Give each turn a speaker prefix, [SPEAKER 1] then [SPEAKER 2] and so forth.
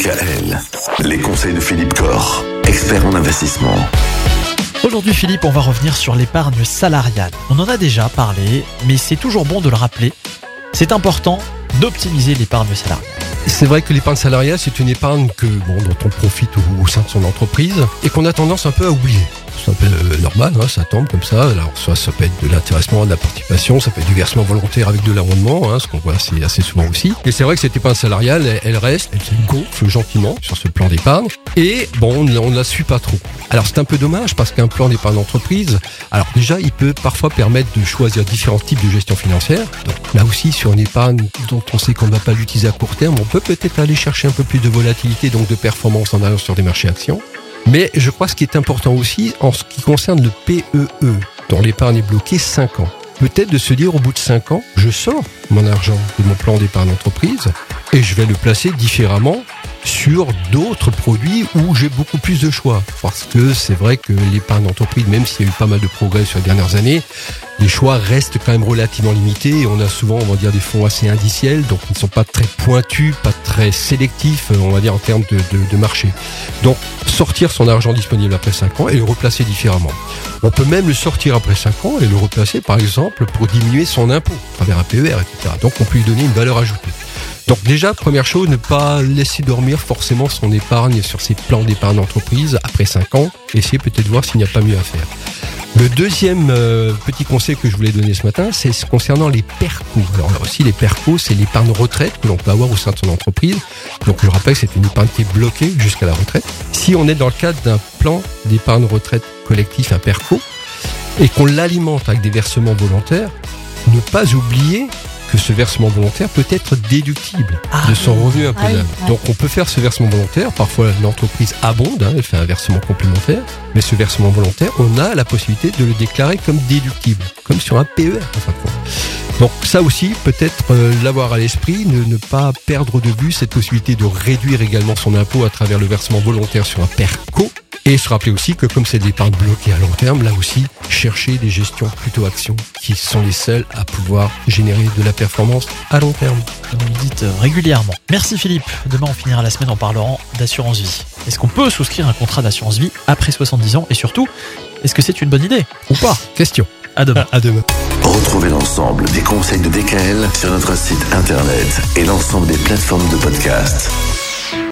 [SPEAKER 1] DKL, les conseils de Philippe Corr, expert en investissement.
[SPEAKER 2] Aujourd'hui Philippe, on va revenir sur l'épargne salariale. On en a déjà parlé, mais c'est toujours bon de le rappeler. C'est important d'optimiser l'épargne salariale.
[SPEAKER 3] C'est vrai que l'épargne salariale, c'est une épargne dont on profite au sein de son entreprise et qu'on a tendance un peu à oublier. C'est un peu normal, ça tombe comme ça. Alors soit ça peut être de l'intéressement, de la participation, ça peut être du versement volontaire avec de l'abondement, ce qu'on voit assez souvent aussi. Et c'est vrai que cette épargne salariale, elle reste, elle se gonfle gentiment sur ce plan d'épargne. Et on ne la suit pas trop. Alors c'est un peu dommage parce qu'un plan d'épargne d'entreprise, alors déjà il peut parfois permettre de choisir différents types de gestion financière. Donc là aussi sur une épargne dont on sait qu'on ne va pas l'utiliser à court terme, on peut peut-être aller chercher un peu plus de volatilité, donc de performance en allant sur des marchés actions. Mais je crois que ce qui est important aussi en ce qui concerne le PEE, dont l'épargne est bloquée 5 ans. Peut-être de se dire au bout de 5 ans, je sors mon argent de mon plan d'épargne d'entreprise et je vais le placer différemment sur d'autres produits où j'ai beaucoup plus de choix. Parce que c'est vrai que l'épargne d'entreprise, même s'il y a eu pas mal de progrès sur les dernières années, les choix restent quand même relativement limités et on a souvent, on va dire, des fonds assez indiciels, donc ils ne sont pas très pointus, pas très sélectifs, on va dire, en termes de marché. Donc, sortir son argent disponible après 5 ans et le replacer différemment. On peut même le sortir après 5 ans et le replacer, par exemple, pour diminuer son impôt, à travers un PER, etc. Donc, on peut lui donner une valeur ajoutée. Donc déjà, première chose, ne pas laisser dormir forcément son épargne sur ses plans d'épargne d'entreprise après 5 ans. Essayer peut-être de voir s'il n'y a pas mieux à faire. Le deuxième petit conseil que je voulais donner ce matin, c'est concernant les PERCO. Alors là aussi, les PERCO, c'est l'épargne retraite que l'on peut avoir au sein de son entreprise. Donc je rappelle que c'est une épargne qui est bloquée jusqu'à la retraite. Si on est dans le cadre d'un plan d'épargne retraite collectif, un PERCO, et qu'on l'alimente avec des versements volontaires, ne pas oublier que ce versement volontaire peut être déductible de son revenu imposable. Donc on peut faire ce versement volontaire, parfois l'entreprise abonde, elle fait un versement complémentaire, mais ce versement volontaire, on a la possibilité de le déclarer comme déductible, comme sur un PER. Donc ça aussi, peut-être l'avoir à l'esprit, ne pas perdre de vue cette possibilité de réduire également son impôt à travers le versement volontaire sur un PERCO. Et se rappeler aussi que comme c'est de l'épargne bloquée à long terme, là aussi, chercher des gestions plutôt actions qui sont les seules à pouvoir générer de la performance à long terme.
[SPEAKER 2] Comme vous le dites régulièrement. Merci Philippe. Demain, on finira la semaine en parlant d'assurance vie. Est-ce qu'on peut souscrire un contrat d'assurance vie après 70 ans? Et surtout, est-ce que c'est une bonne idée ou pas?
[SPEAKER 3] Question.
[SPEAKER 2] À demain.
[SPEAKER 3] À demain.
[SPEAKER 1] Retrouvez l'ensemble des conseils de DKL sur notre site internet et l'ensemble des plateformes de podcast.